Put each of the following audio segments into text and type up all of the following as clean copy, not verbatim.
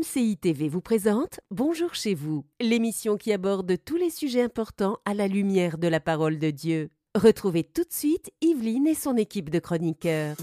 MCI TV vous présente Bonjour chez vous, l'émission qui aborde tous les sujets importants à la lumière de la parole de Dieu. Retrouvez tout de suite Yveline et son équipe de chroniqueurs.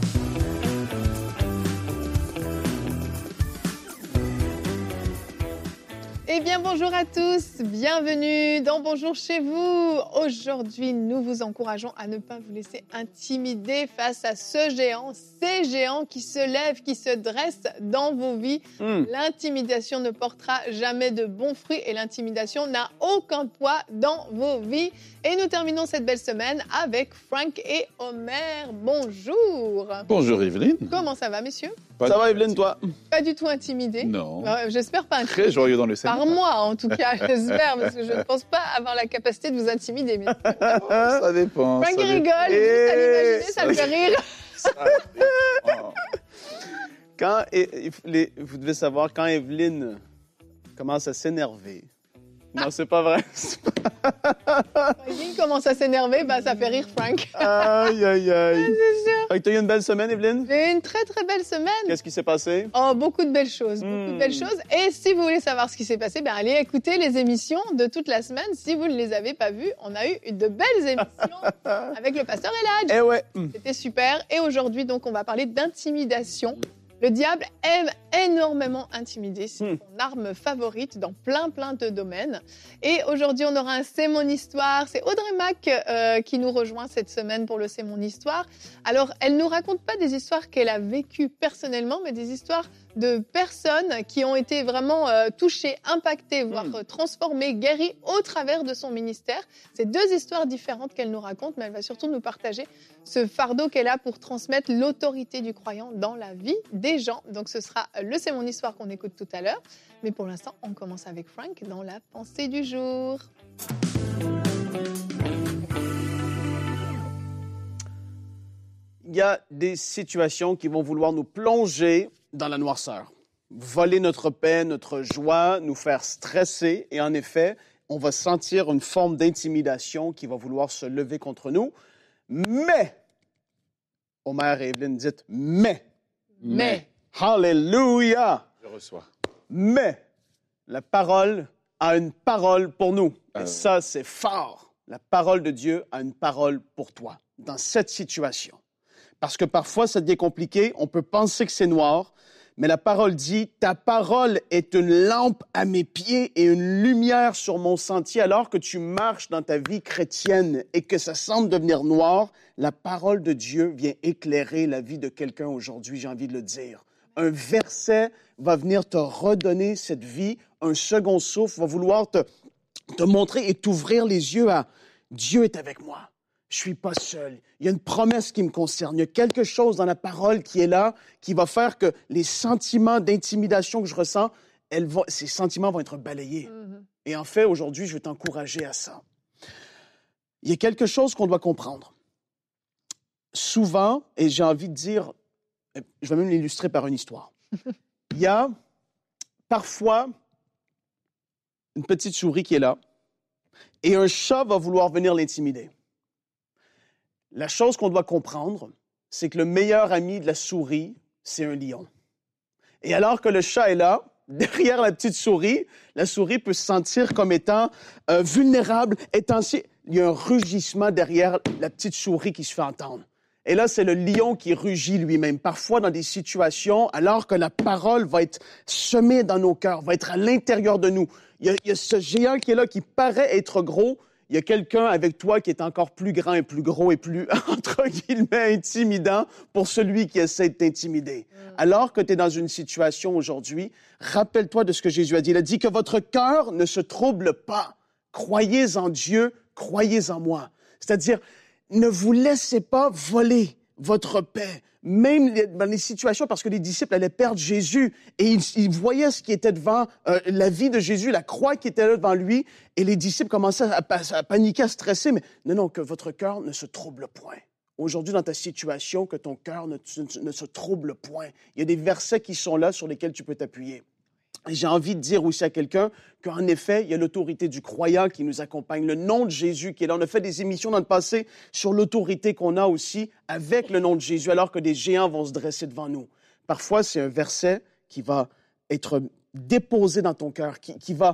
Eh bien, bonjour à tous, bienvenue dans Bonjour chez vous. Aujourd'hui, nous vous encourageons à ne pas vous laisser intimider face à ces géants qui se lèvent, qui se dressent dans vos vies. L'intimidation ne portera jamais de bons fruits et l'intimidation n'a aucun poids dans vos vies. Et nous terminons cette belle semaine avec Frank et Omer. Bonjour. Bonjour Yveline. Comment ça va, messieurs? Ça va Yveline, toi? Pas du tout intimidé. Non. J'espère pas intimidé. Très joyeux dans le Seigneur. Par moi, en tout cas, j'espère, parce que je ne pense pas avoir la capacité de vous intimider. Mais... Ça dépend. Frank rigole, juste à l'imaginer, ça le fait rire. Quand vous devez savoir, quand Evelyne commence à s'énerver, non, c'est pas vrai. Evelyne commence à s'énerver, ça fait rire Frank. Aïe, aïe, aïe. C'est sûr. Fait que t'as eu une belle semaine, Evelyne? J'ai eu une très, très belle semaine. Qu'est-ce qui s'est passé? Oh, beaucoup de belles choses, beaucoup de belles choses. Et si vous voulez savoir ce qui s'est passé, allez écouter les émissions de toute la semaine. Si vous ne les avez pas vues, on a eu de belles émissions avec le pasteur Eladj. Eh ouais. C'était super. Et aujourd'hui, donc, on va parler d'intimidation. Le diable aime énormément intimider, c'est son arme favorite dans plein de domaines. Et aujourd'hui, on aura un C'est mon histoire. C'est Audrey Mac qui nous rejoint cette semaine pour le C'est mon histoire. Alors, elle ne nous raconte pas des histoires qu'elle a vécues personnellement, mais des histoires de personnes qui ont été vraiment touchées, impactées, voire transformées, guéries au travers de son ministère. C'est deux histoires différentes qu'elle nous raconte, mais elle va surtout nous partager ce fardeau qu'elle a pour transmettre l'autorité du croyant dans la vie des gens. Donc ce sera le C'est mon histoire qu'on écoute tout à l'heure. Mais pour l'instant, on commence avec Frank dans la pensée du jour. Il y a des situations qui vont vouloir nous plonger dans la noirceur, voler notre paix, notre joie, nous faire stresser. Et en effet, on va sentir une forme d'intimidation qui va vouloir se lever contre nous. Mais, Omer et Evelyne, dites mais. Hallelujah! Je reçois. Mais, la parole a une parole pour nous. Et ça, c'est fort. La parole de Dieu a une parole pour toi dans cette situation. Parce que parfois, ça devient compliqué. On peut penser que c'est noir, mais la parole dit « Ta parole est une lampe à mes pieds et une lumière sur mon sentier. » Alors que tu marches dans ta vie chrétienne et que ça semble devenir noir, la parole de Dieu vient éclairer la vie de quelqu'un aujourd'hui, j'ai envie de le dire. Un verset va venir te redonner cette vie, un second souffle va vouloir te montrer et t'ouvrir les yeux à « Dieu est avec moi. Je suis pas seul. Il y a une promesse qui me concerne. Il y a quelque chose dans la parole qui est là, qui va faire que les sentiments d'intimidation que je ressens, ces sentiments vont être balayés. Et en fait, aujourd'hui, je vais t'encourager à ça. Il y a quelque chose qu'on doit comprendre. Souvent, et j'ai envie de dire, je vais même l'illustrer par une histoire. Il y a parfois une petite souris qui est là, et un chat va vouloir venir l'intimider. La chose qu'on doit comprendre, c'est que le meilleur ami de la souris, c'est un lion. Et alors que le chat est là, derrière la petite souris, la souris peut se sentir comme étant vulnérable, il y a un rugissement derrière la petite souris qui se fait entendre. Et là, c'est le lion qui rugit lui-même. Parfois, dans des situations, alors que la parole va être semée dans nos cœurs, va être à l'intérieur de nous, il y a ce géant qui est là, qui paraît être gros. Il y a quelqu'un avec toi qui est encore plus grand et plus gros et plus, entre guillemets, intimidant pour celui qui essaie de t'intimider. Alors que tu es dans une situation aujourd'hui, rappelle-toi de ce que Jésus a dit. Il a dit que votre cœur ne se trouble pas. Croyez en Dieu, croyez en moi. C'est-à-dire, ne vous laissez pas voler votre paix. Même dans les situations, parce que les disciples allaient perdre Jésus et ils voyaient ce qui était devant la vie de Jésus, la croix qui était là devant lui, et les disciples commençaient à paniquer, à stresser, mais non, que votre cœur ne se trouble point. Aujourd'hui, dans ta situation, que ton cœur ne se trouble point. Il y a des versets qui sont là sur lesquels tu peux t'appuyer. Et j'ai envie de dire aussi à quelqu'un qu'en effet, il y a l'autorité du croyant qui nous accompagne, le nom de Jésus qui est là. On a fait des émissions dans le passé sur l'autorité qu'on a aussi avec le nom de Jésus, alors que des géants vont se dresser devant nous. Parfois, c'est un verset qui va être déposé dans ton cœur, qui va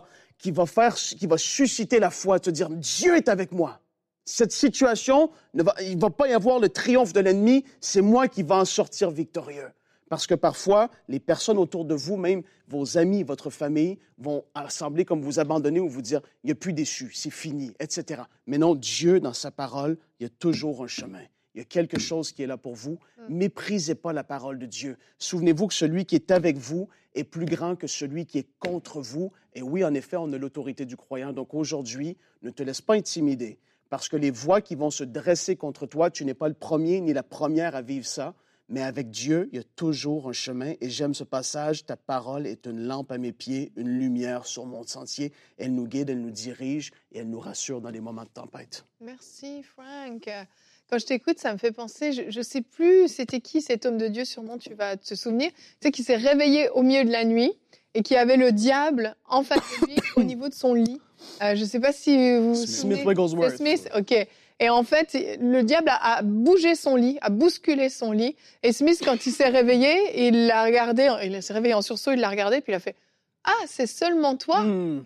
susciter la foi, te dire, Dieu est avec moi. Cette situation, il ne va pas y avoir le triomphe de l'ennemi, c'est moi qui vais en sortir victorieux. Parce que parfois, les personnes autour de vous, même vos amis, votre famille, vont sembler comme vous abandonner ou vous dire, il n'y a plus d'issue, c'est fini, etc. Mais non, Dieu, dans sa parole, il y a toujours un chemin. Il y a quelque chose qui est là pour vous. Méprisez pas la parole de Dieu. Souvenez-vous que celui qui est avec vous est plus grand que celui qui est contre vous. Et oui, en effet, on a l'autorité du croyant. Donc aujourd'hui, ne te laisse pas intimider. Parce que les voix qui vont se dresser contre toi, tu n'es pas le premier ni la première à vivre ça. Mais avec Dieu, il y a toujours un chemin. Et j'aime ce passage. Ta parole est une lampe à mes pieds, une lumière sur mon sentier. Elle nous guide, elle nous dirige et elle nous rassure dans les moments de tempête. Merci, Frank. Quand je t'écoute, ça me fait penser, je ne sais plus c'était qui cet homme de Dieu, sûrement tu vas te souvenir, tu sais, qui s'est réveillé au milieu de la nuit et qui avait le diable en face de lui au niveau de son lit. Je ne sais pas si vous vous souvenez. Smith Wigglesworth. C'est Smith, ok. Et en fait, le diable a bougé son lit, a bousculé son lit. Et Smith, quand il s'est réveillé, il l'a regardé, il s'est réveillé en sursaut, il l'a regardé, puis il a fait « Ah, c'est seulement toi ?»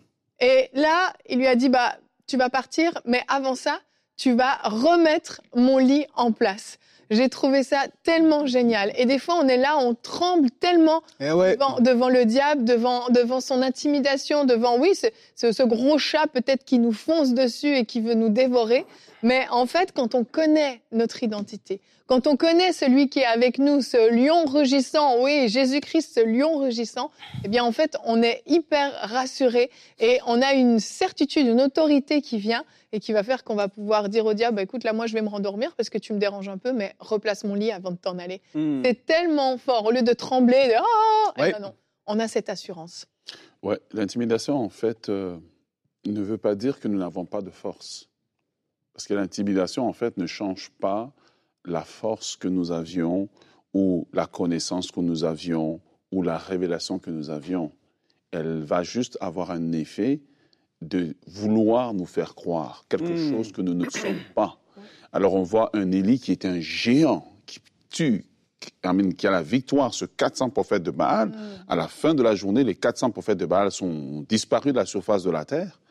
Et là, il lui a dit « Tu vas partir, mais avant ça, tu vas remettre mon lit en place. » J'ai trouvé ça tellement génial. Et des fois, on est là, on tremble tellement devant le diable, devant son intimidation, devant, oui, ce gros chat peut-être qui nous fonce dessus et qui veut nous dévorer. Mais en fait, quand on connaît notre identité, quand on connaît celui qui est avec nous, ce lion rugissant, oui, Jésus-Christ, ce lion rugissant, eh bien, en fait, on est hyper rassuré et on a une certitude, une autorité qui vient et qui va faire qu'on va pouvoir dire au diable, écoute, là, moi, je vais me rendormir parce que tu me déranges un peu, mais replace mon lit avant de t'en aller. C'est tellement fort. Au lieu de trembler, eh ben non, on a cette assurance. Ouais, l'intimidation, en fait, ne veut pas dire que nous n'avons pas de force. Parce que l'intimidation, en fait, ne change pas la force que nous avions ou la connaissance que nous avions ou la révélation que nous avions. Elle va juste avoir un effet de vouloir nous faire croire quelque chose que nous ne sommes pas. Alors on voit un Élie qui est un géant, qui tue, qui a la victoire sur 400 prophètes de Baal. À la fin de la journée, les 400 prophètes de Baal sont disparus de la surface de la terre.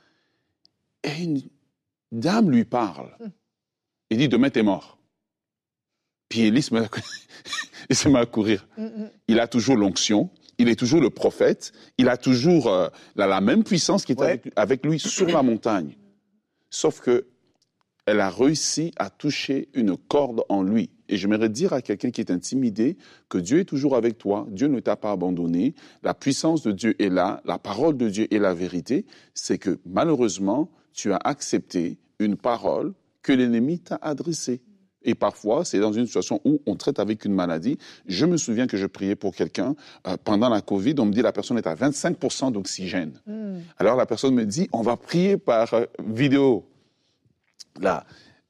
Et une dame lui parle. Il dit, demain t'es mort. Puis Élie se met à courir. Il a toujours l'onction. Il est toujours le prophète, il a toujours la même puissance qui était avec lui sur la montagne. Sauf qu'elle a réussi à toucher une corde en lui. Et j'aimerais dire à quelqu'un qui est intimidé que Dieu est toujours avec toi, Dieu ne t'a pas abandonné, la puissance de Dieu est là, la parole de Dieu est la vérité. C'est que malheureusement, tu as accepté une parole que l'ennemi t'a adressée. Et parfois, c'est dans une situation où on traite avec une maladie. Je me souviens que je priais pour quelqu'un pendant la COVID. On me dit la personne est à 25% d'oxygène. Alors la personne me dit, on va prier par vidéo. Là,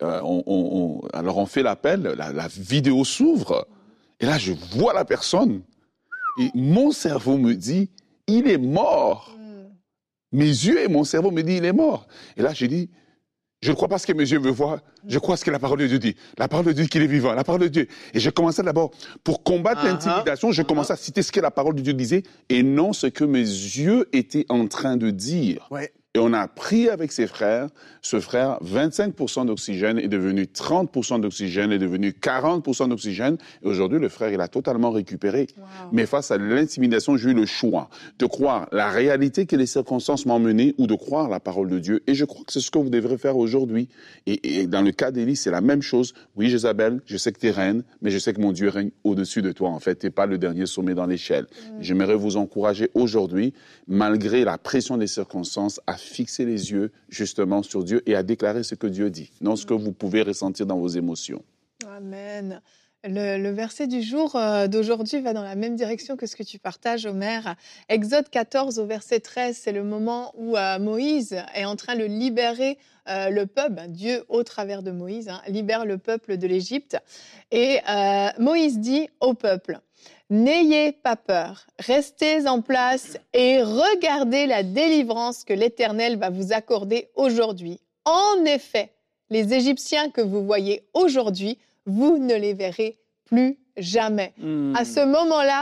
alors on fait l'appel, la vidéo s'ouvre. Et là, je vois la personne. Et mon cerveau me dit, il est mort. Mes yeux et mon cerveau me disent, il est mort. Et là, je dis, je ne crois pas ce que mes yeux me voient, je crois ce que la parole de Dieu dit. La parole de Dieu dit qu'il est vivant, la parole de Dieu. Et je commençais d'abord, pour combattre l'intimidation, je commençais à citer ce que la parole de Dieu disait et non ce que mes yeux étaient en train de dire. Et on a prié avec ses frères. Ce frère, 25% d'oxygène est devenu 30% d'oxygène, est devenu 40% d'oxygène. Et aujourd'hui, le frère, il a totalement récupéré. Mais face à l'intimidation, j'ai eu le choix de croire la réalité que les circonstances m'ont mené ou de croire la parole de Dieu. Et je crois que c'est ce que vous devrez faire aujourd'hui. Et dans le cas d'Élie, c'est la même chose. Oui, Jézabel, je sais que tu es reine, mais je sais que mon Dieu règne au-dessus de toi. En fait, tu n'es pas le dernier sommet dans l'échelle. J'aimerais vous encourager aujourd'hui, malgré la pression des circonstances, à fixer les yeux justement sur Dieu et à déclarer ce que Dieu dit, non ce que vous pouvez ressentir dans vos émotions. Amen. Le verset du jour d'aujourd'hui va dans la même direction que ce que tu partages, Omer. Exode 14 au verset 13, c'est le moment où Moïse est en train de libérer le peuple. Dieu, au travers de Moïse, libère le peuple de l'Égypte. Et Moïse dit au peuple, « N'ayez pas peur, restez en place et regardez la délivrance que l'Éternel va vous accorder aujourd'hui. En effet, les Égyptiens que vous voyez aujourd'hui, vous ne les verrez plus jamais. » À ce moment-là,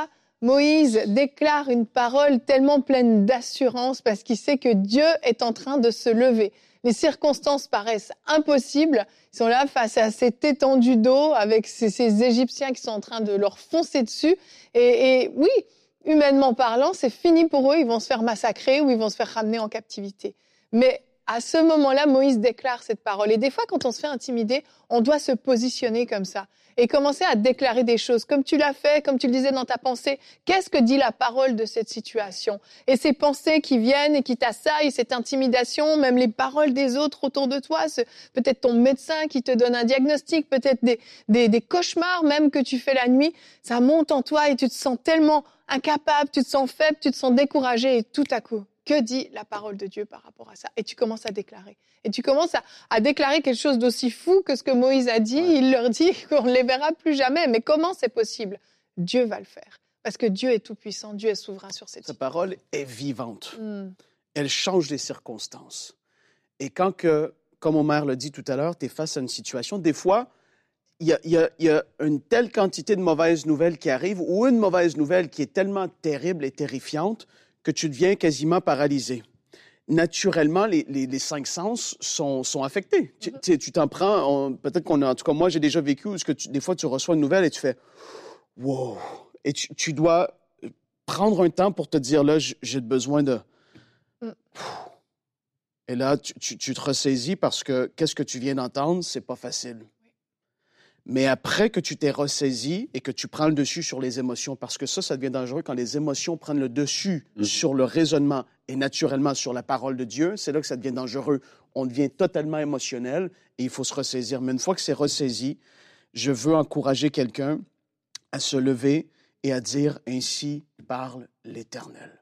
Moïse déclare une parole tellement pleine d'assurance parce qu'il sait que Dieu est en train de se lever. Les circonstances paraissent impossibles. Ils sont là face à cette étendue d'eau avec ces Égyptiens qui sont en train de leur foncer dessus. Et oui, humainement parlant, c'est fini pour eux. Ils vont se faire massacrer ou ils vont se faire ramener en captivité. Mais à ce moment-là, Moïse déclare cette parole. Et des fois, quand on se fait intimider, on doit se positionner comme ça et commencer à déclarer des choses, comme tu l'as fait, comme tu le disais dans ta pensée. Qu'est-ce que dit la parole de cette situation? Et ces pensées qui viennent et qui t'assaillent, cette intimidation, même les paroles des autres autour de toi, peut-être ton médecin qui te donne un diagnostic, peut-être des cauchemars même que tu fais la nuit, ça monte en toi et tu te sens tellement incapable, tu te sens faible, tu te sens découragé et tout à coup, que dit la parole de Dieu par rapport à ça? Et tu commences à déclarer. Et tu commences à déclarer quelque chose d'aussi fou que ce que Moïse a dit. Ouais. Il leur dit qu'on ne les verra plus jamais. Mais comment c'est possible? Dieu va le faire. Parce que Dieu est tout-puissant, Dieu est souverain sur cette situation. Sa parole est vivante. Elle change les circonstances. Et quand, comme Omer l'a dit tout à l'heure, tu es face à une situation, des fois, il y a une telle quantité de mauvaises nouvelles qui arrivent ou une mauvaise nouvelle qui est tellement terrible et terrifiante que tu deviens quasiment paralysé. Naturellement, les 5 sens sont affectés. Tu t'en prends, peut-être qu'on a, en tout cas moi j'ai déjà vécu où des fois tu reçois une nouvelle et tu fais « wow ». Et tu dois prendre un temps pour te dire « là, j'ai besoin de… » Et là, tu te ressaisis parce que qu'est-ce que tu viens d'entendre, c'est pas facile. Mais après que tu t'es ressaisi et que tu prends le dessus sur les émotions, parce que ça devient dangereux quand les émotions prennent le dessus sur le raisonnement et naturellement sur la parole de Dieu, c'est là que ça devient dangereux. On devient totalement émotionnel et il faut se ressaisir. Mais une fois que c'est ressaisi, je veux encourager quelqu'un à se lever et à dire « Ainsi parle l'Éternel.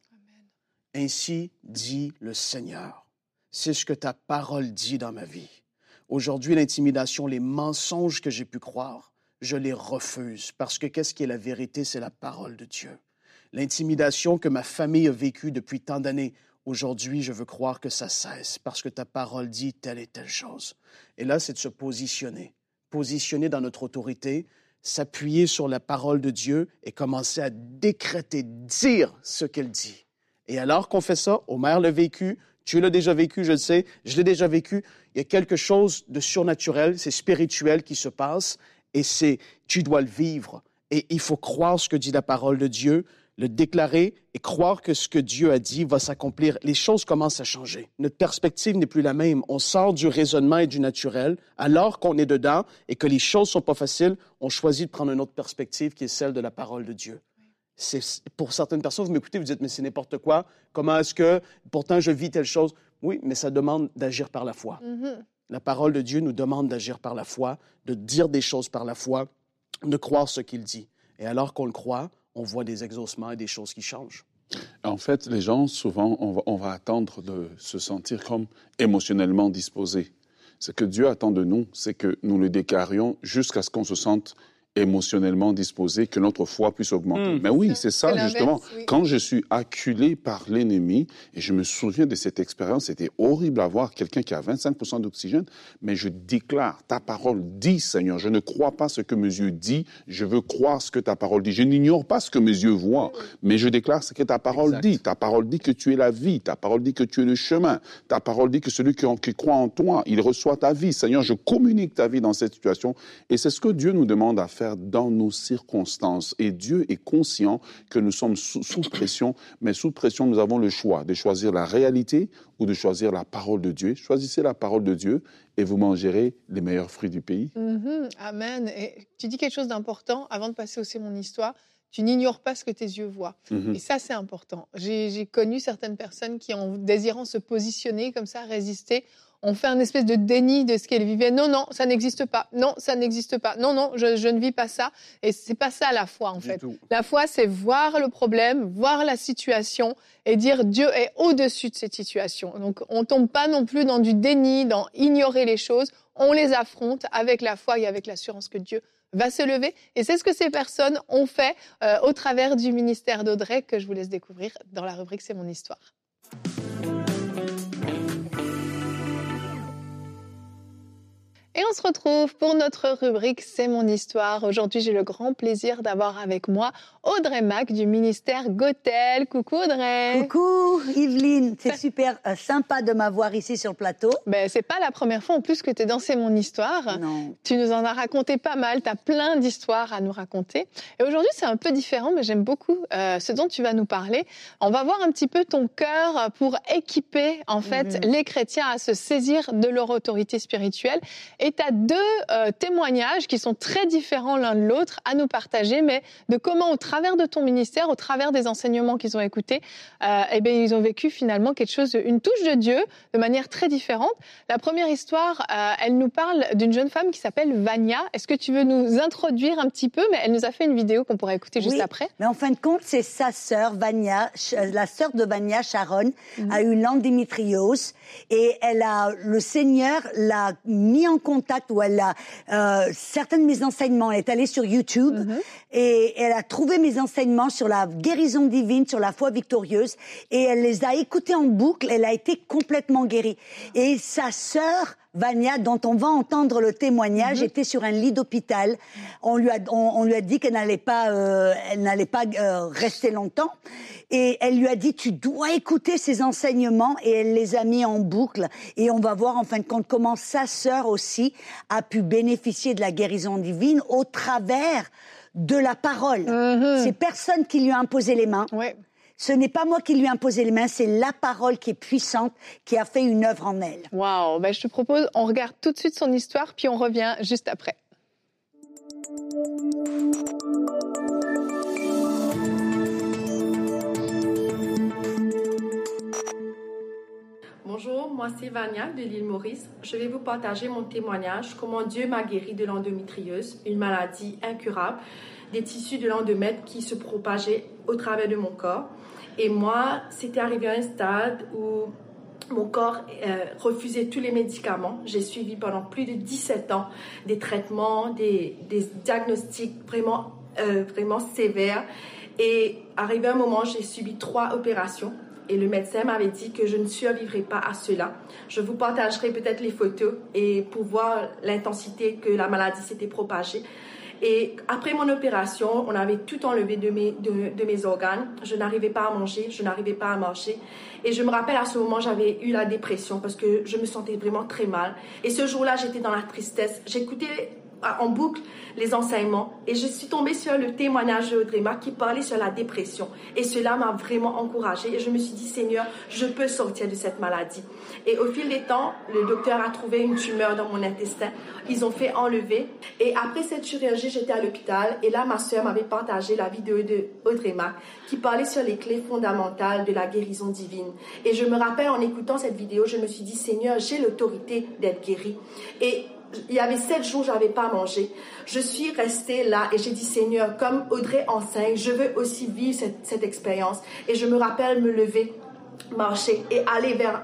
Ainsi dit le Seigneur. C'est ce que ta parole dit dans ma vie. » Aujourd'hui, l'intimidation, les mensonges que j'ai pu croire, je les refuse parce que qu'est-ce qui est la vérité? C'est la parole de Dieu. L'intimidation que ma famille a vécue depuis tant d'années, aujourd'hui, je veux croire que ça cesse parce que ta parole dit telle et telle chose. Et là, c'est de se positionner dans notre autorité, s'appuyer sur la parole de Dieu et commencer à décréter, dire ce qu'elle dit. Et alors qu'on fait ça, Omer l'a vécu, tu l'as déjà vécu, je le sais, je l'ai déjà vécu. Il y a quelque chose de surnaturel, c'est spirituel qui se passe et tu dois le vivre. Et il faut croire ce que dit la parole de Dieu, le déclarer et croire que ce que Dieu a dit va s'accomplir. Les choses commencent à changer. Notre perspective n'est plus la même. On sort du raisonnement et du naturel. Alors qu'on est dedans et que les choses sont pas faciles, on choisit de prendre une autre perspective qui est celle de la parole de Dieu. Pour certaines personnes, vous m'écoutez, vous dites, mais c'est n'importe quoi. Comment est-ce que, pourtant, je vis telle chose? Oui, mais ça demande d'agir par la foi. La parole de Dieu nous demande d'agir par la foi, de dire des choses par la foi, de croire ce qu'il dit. Et alors qu'on le croit, on voit des exaucements et des choses qui changent. En fait, les gens, souvent, on va attendre de se sentir comme émotionnellement disposés. Ce que Dieu attend de nous, c'est que nous le déclarions jusqu'à ce qu'on se sente émotionnellement disposé, que notre foi puisse augmenter. Mais oui, c'est ça, justement. Oui. Quand je suis acculé par l'ennemi, et je me souviens de cette expérience, c'était horrible à voir quelqu'un qui a 25% d'oxygène, mais je déclare, ta parole dit, Seigneur, je ne crois pas ce que mes yeux disent, je veux croire ce que ta parole dit. Je n'ignore pas ce que mes yeux voient, mais je déclare ce que ta parole dit. Ta parole dit que tu es la vie, ta parole dit que tu es le chemin, ta parole dit que celui qui croit en toi, il reçoit ta vie. Seigneur, je communique ta vie dans cette situation, et c'est ce que Dieu nous demande à faire dans nos circonstances. Et Dieu est conscient que nous sommes sous pression, mais sous pression, nous avons le choix de choisir la réalité ou de choisir la parole de Dieu. Choisissez la parole de Dieu et vous mangerez les meilleurs fruits du pays. Amen. Et tu dis quelque chose d'important avant de passer aussi mon histoire. Tu n'ignores pas ce que tes yeux voient. Et ça, c'est important. J'ai connu certaines personnes qui, en désirant se positionner comme ça, résister, on fait un espèce de déni de ce qu'elle vivait. Non, non, ça n'existe pas. Non, ça n'existe pas. Non, non, je ne vis pas ça. Et c'est pas ça la foi, en fait. La foi, c'est voir le problème, voir la situation et dire Dieu est au-dessus de cette situation. Donc, on tombe pas non plus dans du déni, dans ignorer les choses. On les affronte avec la foi et avec l'assurance que Dieu va se lever. Et c'est ce que ces personnes ont fait au travers du ministère d'Audrey que je vous laisse découvrir dans la rubrique C'est mon histoire. Et on se retrouve pour notre rubrique C'est mon histoire. Aujourd'hui, j'ai le grand plaisir d'avoir avec moi Audrey Mac du ministère Gotel. Coucou Audrey. Coucou Yveline, c'est super sympa de m'avoir ici sur le plateau. Ben, c'est pas la première fois en plus que tu es dans C'est mon histoire. Non. Tu nous en as raconté pas mal, tu as plein d'histoires à nous raconter. Et aujourd'hui, c'est un peu différent, mais j'aime beaucoup ce dont tu vas nous parler. On va voir un petit peu ton cœur pour équiper en fait les chrétiens à se saisir de leur autorité spirituelle. Et tu as deux témoignages qui sont très différents l'un de l'autre à nous partager, mais de comment, au travers de ton ministère, au travers des enseignements qu'ils ont écoutés, eh bien, ils ont vécu finalement quelque chose, une touche de Dieu, de manière très différente. La première histoire, elle nous parle d'une jeune femme qui s'appelle Vania. Est-ce que tu veux nous introduire un petit peu? Mais elle nous a fait une vidéo qu'on pourra écouter juste après. Mais en fin de compte, c'est sa sœur, Vania, la sœur de Vania, Sharon, a eu l'endométriose et le Seigneur l'a mis en contact où elle a certains de mes enseignements. Elle est allée sur YouTube et elle a trouvé mes enseignements sur la guérison divine, sur la foi victorieuse et elle les a écoutés en boucle. Elle a été complètement guérie. Et sa sœur Vania, dont on va entendre le témoignage, était sur un lit d'hôpital. On lui a dit qu'elle n'allait pas rester longtemps. Et elle lui a dit, tu dois écouter ces enseignements. Et elle les a mis en boucle. Et on va voir en fin de compte comment sa sœur aussi a pu bénéficier de la guérison divine au travers de la parole. C'est personne qui lui a imposé les mains. Ouais. Ce n'est pas moi qui lui ai imposé les mains, c'est la parole qui est puissante, qui a fait une œuvre en elle. Waouh, ben je te propose, on regarde tout de suite son histoire, puis on revient juste après. Bonjour, moi c'est Vania de l'île Maurice. Je vais vous partager mon témoignage, comment Dieu m'a guéri de l'endométriose, une maladie incurable, des tissus de l'endomètre qui se propageaient au travers de mon corps. Et moi, c'était arrivé à un stade où mon corps refusait tous les médicaments. J'ai suivi pendant plus de 17 ans des traitements, des diagnostics vraiment sévères. Et arrivé un moment, j'ai subi 3 opérations. Et le médecin m'avait dit que je ne survivrais pas à cela. Je vous partagerai peut-être les photos et pour voir l'intensité que la maladie s'était propagée. Et après mon opération, on avait tout enlevé de mes organes. Je n'arrivais pas à manger, je n'arrivais pas à marcher. Et je me rappelle à ce moment, j'avais eu la dépression parce que je me sentais vraiment très mal. Et ce jour-là, j'étais dans la tristesse. J'écoutais en boucle les enseignements et je suis tombée sur le témoignage d'Audrey Mac qui parlait sur la dépression et cela m'a vraiment encouragée et je me suis dit Seigneur, je peux sortir de cette maladie. Et au fil des temps, le docteur a trouvé une tumeur dans mon intestin, ils ont fait enlever et après cette chirurgie, j'étais à l'hôpital et là ma soeur m'avait partagé la vidéo d'Audrey Mac qui parlait sur les clés fondamentales de la guérison divine et je me rappelle en écoutant cette vidéo, je me suis dit Seigneur, j'ai l'autorité d'être guérie et il y avait 7 jours, je n'avais pas mangé. Je suis restée là et j'ai dit, Seigneur, comme Audrey enseigne, je veux aussi vivre cette expérience. Et je me rappelle me lever, marcher et aller vers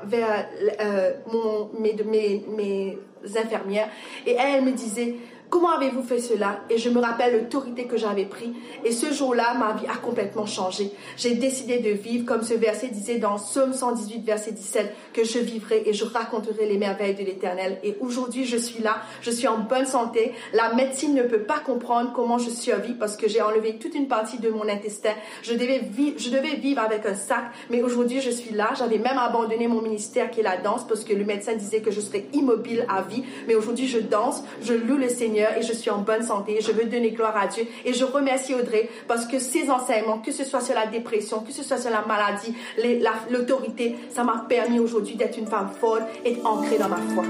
mes infirmières. Et elle me disait, comment avez-vous fait cela? Et je me rappelle l'autorité que j'avais prise. Et ce jour-là, ma vie a complètement changé. J'ai décidé de vivre, comme ce verset disait dans Psaume 118, verset 17, que je vivrai et je raconterai les merveilles de l'Éternel. Et aujourd'hui, je suis là, je suis en bonne santé. La médecine ne peut pas comprendre comment je survis parce que j'ai enlevé toute une partie de mon intestin. Je devais vivre avec un sac, mais aujourd'hui, je suis là. J'avais même abandonné mon ministère qui est la danse parce que le médecin disait que je serais immobile à vie. Mais aujourd'hui, je danse, je loue le Seigneur et je suis en bonne santé. Je veux donner gloire à Dieu et je remercie Audrey parce que ses enseignements, que ce soit sur la dépression, que ce soit sur la maladie, l'autorité, ça m'a permis aujourd'hui d'être une femme forte et ancrée dans ma foi.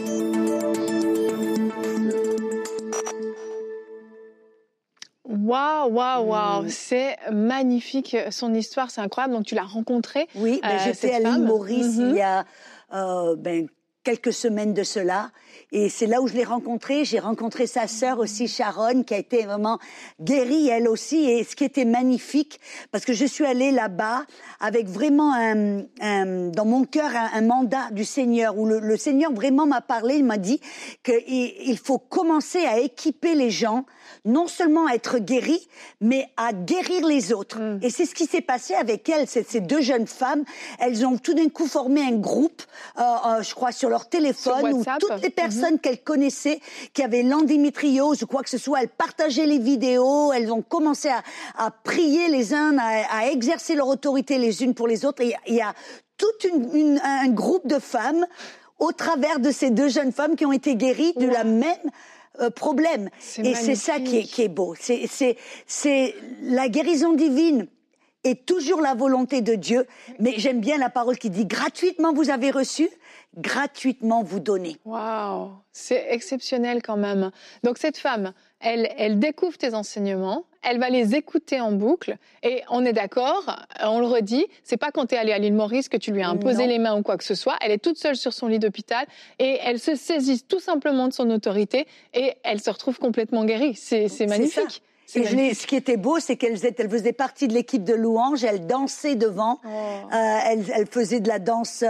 Waouh, c'est magnifique son histoire, c'est incroyable. Donc tu l'as rencontrée. Oui, j'étais à l'île Maurice il y a quelques semaines de cela. Et c'est là où je l'ai rencontrée. J'ai rencontré sa sœur aussi, Sharon, qui a été vraiment guérie, elle aussi. Et ce qui était magnifique, parce que je suis allée là-bas avec vraiment dans mon cœur un mandat du Seigneur, où le Seigneur vraiment m'a parlé, il m'a dit qu'il faut commencer à équiper les gens, non seulement à être guéris, mais à guérir les autres. Et c'est ce qui s'est passé avec elles, ces 2 jeunes femmes. Elles ont tout d'un coup formé un groupe, je crois, sur leur leur téléphone ou toutes les personnes qu'elles connaissaient qui avaient l'endométriose ou quoi que ce soit, elles partageaient les vidéos, elles ont commencé à prier les uns, à exercer leur autorité les unes pour les autres. Et il y a tout un groupe de femmes au travers de ces 2 jeunes femmes qui ont été guéries de la même problème. Et c'est ça qui est beau. C'est la guérison divine est toujours la volonté de Dieu. Mais j'aime bien la parole qui dit gratuitement vous avez reçu, gratuitement vous donnez. Waouh, c'est exceptionnel quand même. Donc cette femme, elle découvre tes enseignements, elle va les écouter en boucle et on est d'accord, on le redit, c'est pas quand tu es allé à l'île Maurice que tu lui as imposé les mains ou quoi que ce soit, elle est toute seule sur son lit d'hôpital et elle se saisit tout simplement de son autorité et elle se retrouve complètement guérie. C'est magnifique. Ce qui était beau, c'est qu'elle faisait partie de l'équipe de louange, elle dansait devant, elle faisait de la danse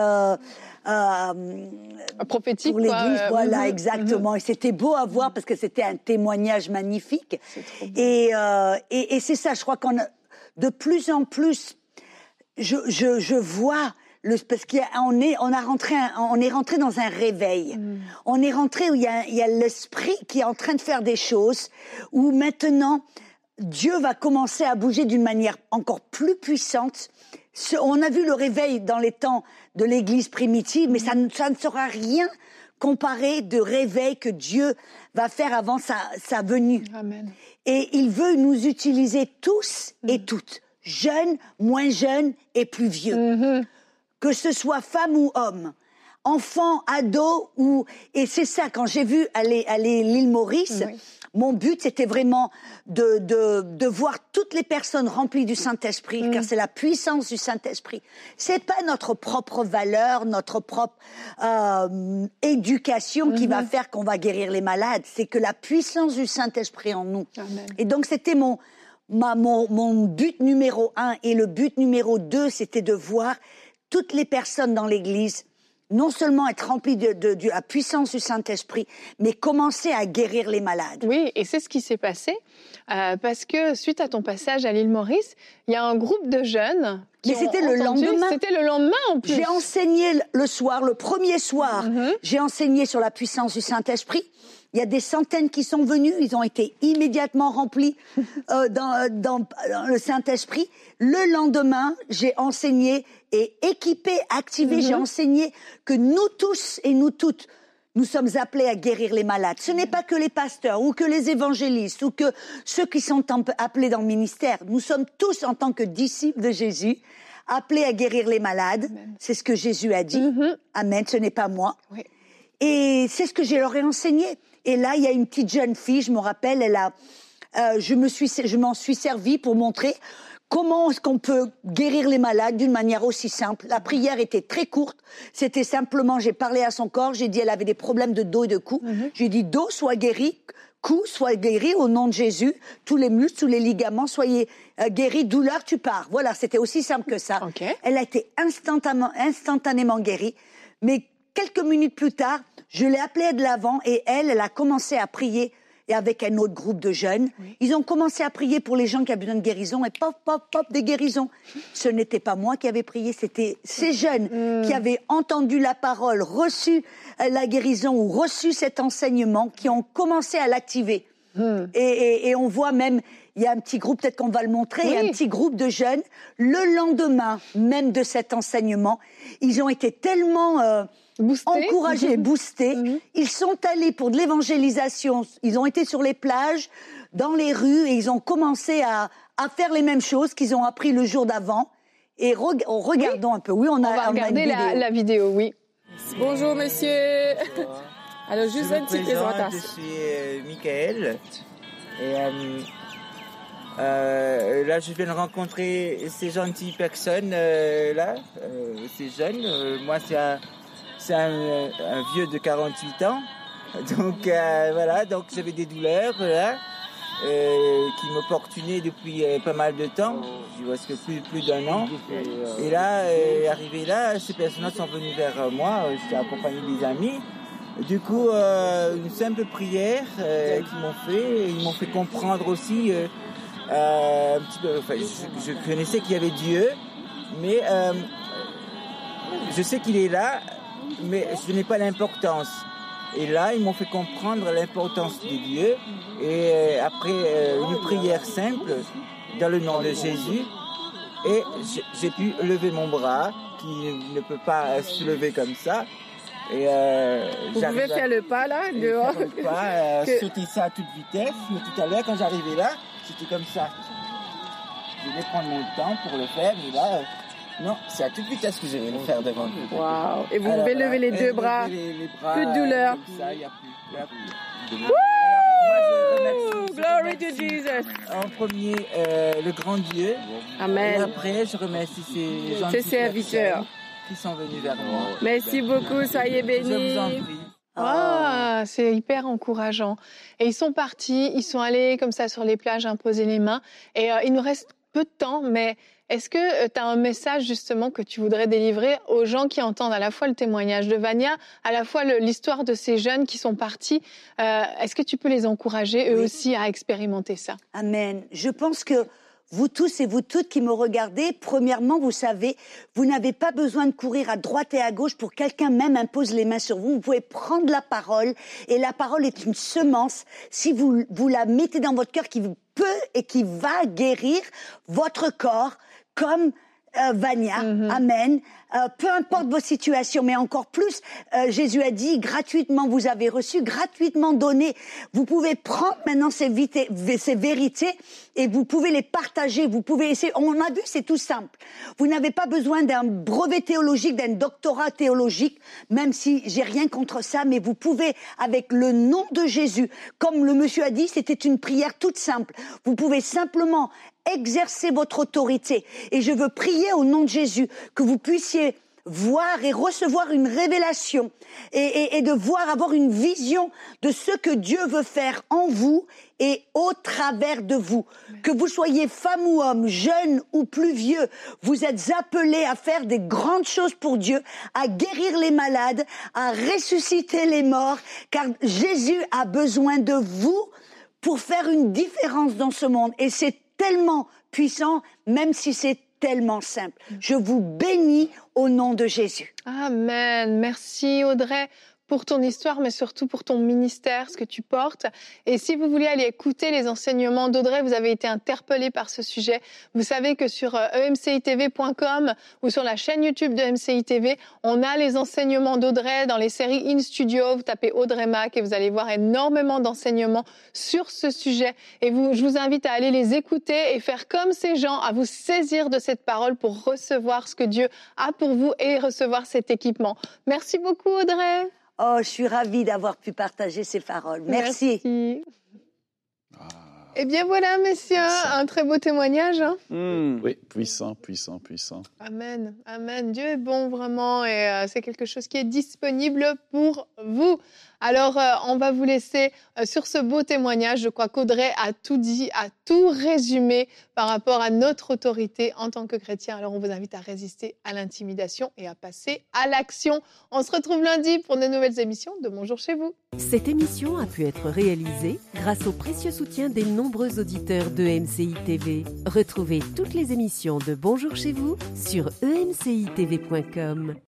prophétique pour l'église, voilà, exactement. Et c'était beau à voir parce que c'était un témoignage magnifique. Et c'est ça, je crois qu'on a de plus en plus, je vois. Parce qu'on est rentré dans un réveil. On est rentré où il y a l'esprit qui est en train de faire des choses, où maintenant Dieu va commencer à bouger d'une manière encore plus puissante. On a vu le réveil dans les temps de l'Église primitive, mais ça ne sera rien comparé de réveil que Dieu va faire avant sa venue. Amen. Et il veut nous utiliser tous et toutes, jeunes, moins jeunes et plus vieux. Que ce soit femme ou homme, enfant, ado, et c'est ça, quand j'ai vu aller l'île Maurice, mon but c'était vraiment de voir toutes les personnes remplies du Saint-Esprit, car c'est la puissance du Saint-Esprit. C'est pas notre propre valeur, notre propre éducation qui va faire qu'on va guérir les malades, c'est que la puissance du Saint-Esprit en nous. Amen. Et donc c'était mon but numéro 1, et le but numéro 2, c'était de voir toutes les personnes dans l'Église, non seulement être remplies de la puissance du Saint-Esprit, mais commencer à guérir les malades. Oui, et c'est ce qui s'est passé, parce que suite à ton passage à l'île Maurice, il y a un groupe de jeunes qui ont c'était le lendemain. C'était le lendemain en plus. J'ai enseigné le premier soir, j'ai enseigné sur la puissance du Saint-Esprit. Il y a des centaines qui sont venus, ils ont été immédiatement remplis dans le Saint-Esprit. Le lendemain, j'ai enseigné et équipé, activé, j'ai enseigné que nous tous et nous toutes, nous sommes appelés à guérir les malades. Ce n'est pas que les pasteurs ou que les évangélistes ou que ceux qui sont appelés dans le ministère. Nous sommes tous, en tant que disciples de Jésus, appelés à guérir les malades. Amen. C'est ce que Jésus a dit. Amen, ce n'est pas moi. Oui. Et c'est ce que je leur ai enseigné. Et là, il y a une petite jeune fille, je me rappelle, je m'en suis servie pour montrer comment est-ce qu'on peut guérir les malades d'une manière aussi simple. La prière était très courte. C'était simplement, j'ai parlé à son corps, j'ai dit elle avait des problèmes de dos et de cou. J'ai dit dos soit guéri, cou soit guéri au nom de Jésus. Tous les muscles, tous les ligaments, soyez guéris. Douleur, tu pars. Voilà, c'était aussi simple que ça. Okay. Elle a été instantanément guérie. Mais quelques minutes plus tard, je l'ai appelée de l'avant et elle a commencé à prier et avec un autre groupe de jeunes. Oui. Ils ont commencé à prier pour les gens qui avaient besoin de guérison et pop, pop, pop, des guérisons. Ce n'était pas moi qui avais prié, c'était ces jeunes qui avaient entendu la parole, reçu la guérison ou reçu cet enseignement qui ont commencé à l'activer. Et on voit même, il y a un petit groupe, peut-être qu'on va le montrer, il y a un petit groupe de jeunes, le lendemain même de cet enseignement, ils ont été tellement... encouragés, boostés. Ils sont allés pour de l'évangélisation. Ils ont été sur les plages, dans les rues, et ils ont commencé à faire les mêmes choses qu'ils ont appris le jour d'avant. Et regardons un peu. Oui, on va regarder la vidéo, oui. Bonjour, monsieur. Alors, juste une petite présentation. Je suis Michael. Et là, je viens de rencontrer ces gentilles personnes, ces jeunes. Moi, c'est un vieux de 48 ans, donc voilà, donc j'avais des douleurs qui m'opportunaient depuis pas mal de temps, presque plus d'un an. Et là, arrivé là, ces personnes sont venues vers moi, j'étais accompagné des amis. Du coup, une simple prière qu'ils m'ont fait comprendre aussi un petit peu. Enfin, je connaissais qu'il y avait Dieu, mais je sais qu'il est là. mais je n'ai pas l'importance. Et là, ils m'ont fait comprendre l'importance de Dieu. Et après une prière simple, dans le nom de Jésus, et j'ai pu lever mon bras, qui ne peut pas se lever comme ça. Et vous pouvez faire le pas là, dehors. Faire le pas, sauter ça à toute vitesse. Mais tout à l'heure, quand j'arrivais là, c'était comme ça. Je vais prendre mon temps pour le faire, mais là, non, c'est à toute vitesse que je vais le faire devant vous. Waouh! Et vous pouvez lever les deux bras. Les bras. Plus de douleur. Comme ça, il n'y a plus. Glory to Jesus. En premier, le grand Dieu. Amen. Et après, je remercie ces gentils serviteurs qui sont venus vers moi. Merci beaucoup, soyez bénis. Je vous en prie. Ah, c'est hyper encourageant. Et ils sont partis, ils sont allés comme ça sur les plages imposer les mains. Et il nous reste peu de temps, mais est-ce que tu as un message justement que tu voudrais délivrer aux gens qui entendent à la fois le témoignage de Vania, à la fois l'histoire de ces jeunes qui sont partis? Est-ce que tu peux les encourager eux aussi à expérimenter ça? Amen. Je pense que vous tous et vous toutes qui me regardez, premièrement, vous savez, vous n'avez pas besoin de courir à droite et à gauche pour que quelqu'un même impose les mains sur vous. Vous pouvez prendre la parole, et la parole est une semence. Si vous la mettez dans votre cœur, qui peut et qui va guérir votre corps, comme Vania, amen. Peu importe vos situations, mais encore plus, Jésus a dit, gratuitement vous avez reçu, gratuitement donné. Vous pouvez prendre maintenant ces vérités et vous pouvez les partager. Vous pouvez essayer. On a vu, c'est tout simple. Vous n'avez pas besoin d'un brevet théologique, d'un doctorat théologique, même si j'ai rien contre ça, mais vous pouvez, avec le nom de Jésus, comme le monsieur a dit, c'était une prière toute simple. Vous pouvez simplement exercer votre autorité. Et je veux prier au nom de Jésus que vous puissiez voir et recevoir une révélation et de voir, avoir une vision de ce que Dieu veut faire en vous et au travers de vous. Que vous soyez femme ou homme, jeune ou plus vieux, vous êtes appelés à faire des grandes choses pour Dieu, à guérir les malades, à ressusciter les morts, car Jésus a besoin de vous pour faire une différence dans ce monde. Et c'est tellement puissant, même si c'est tellement simple. Je vous bénis au nom de Jésus. Amen. Merci Audrey pour ton histoire, mais surtout pour ton ministère, ce que tu portes. Et si vous voulez aller écouter les enseignements d'Audrey, vous avez été interpellé par ce sujet. Vous savez que sur emcitv.com ou sur la chaîne YouTube de MCI TV, on a les enseignements d'Audrey dans les séries In Studio. Vous tapez Audrey Mac et vous allez voir énormément d'enseignements sur ce sujet. Et je vous invite à aller les écouter et faire comme ces gens, à vous saisir de cette parole pour recevoir ce que Dieu a pour vous et recevoir cet équipement. Merci beaucoup Audrey. Oh, je suis ravie d'avoir pu partager ces paroles. Merci. Eh bien voilà, messieurs, un très beau témoignage. Hein. Oui, puissant, puissant, puissant. Amen, amen. Dieu est bon vraiment et c'est quelque chose qui est disponible pour vous. Alors, on va vous laisser sur ce beau témoignage. Je crois qu'Audrey a tout dit, a tout résumé par rapport à notre autorité en tant que chrétien. Alors, on vous invite à résister à l'intimidation et à passer à l'action. On se retrouve lundi pour de nouvelles émissions de Bonjour chez vous. Cette émission a pu être réalisée grâce au précieux soutien des nombreux auditeurs de MCI TV. Retrouvez toutes les émissions de Bonjour chez vous sur emcitv.com.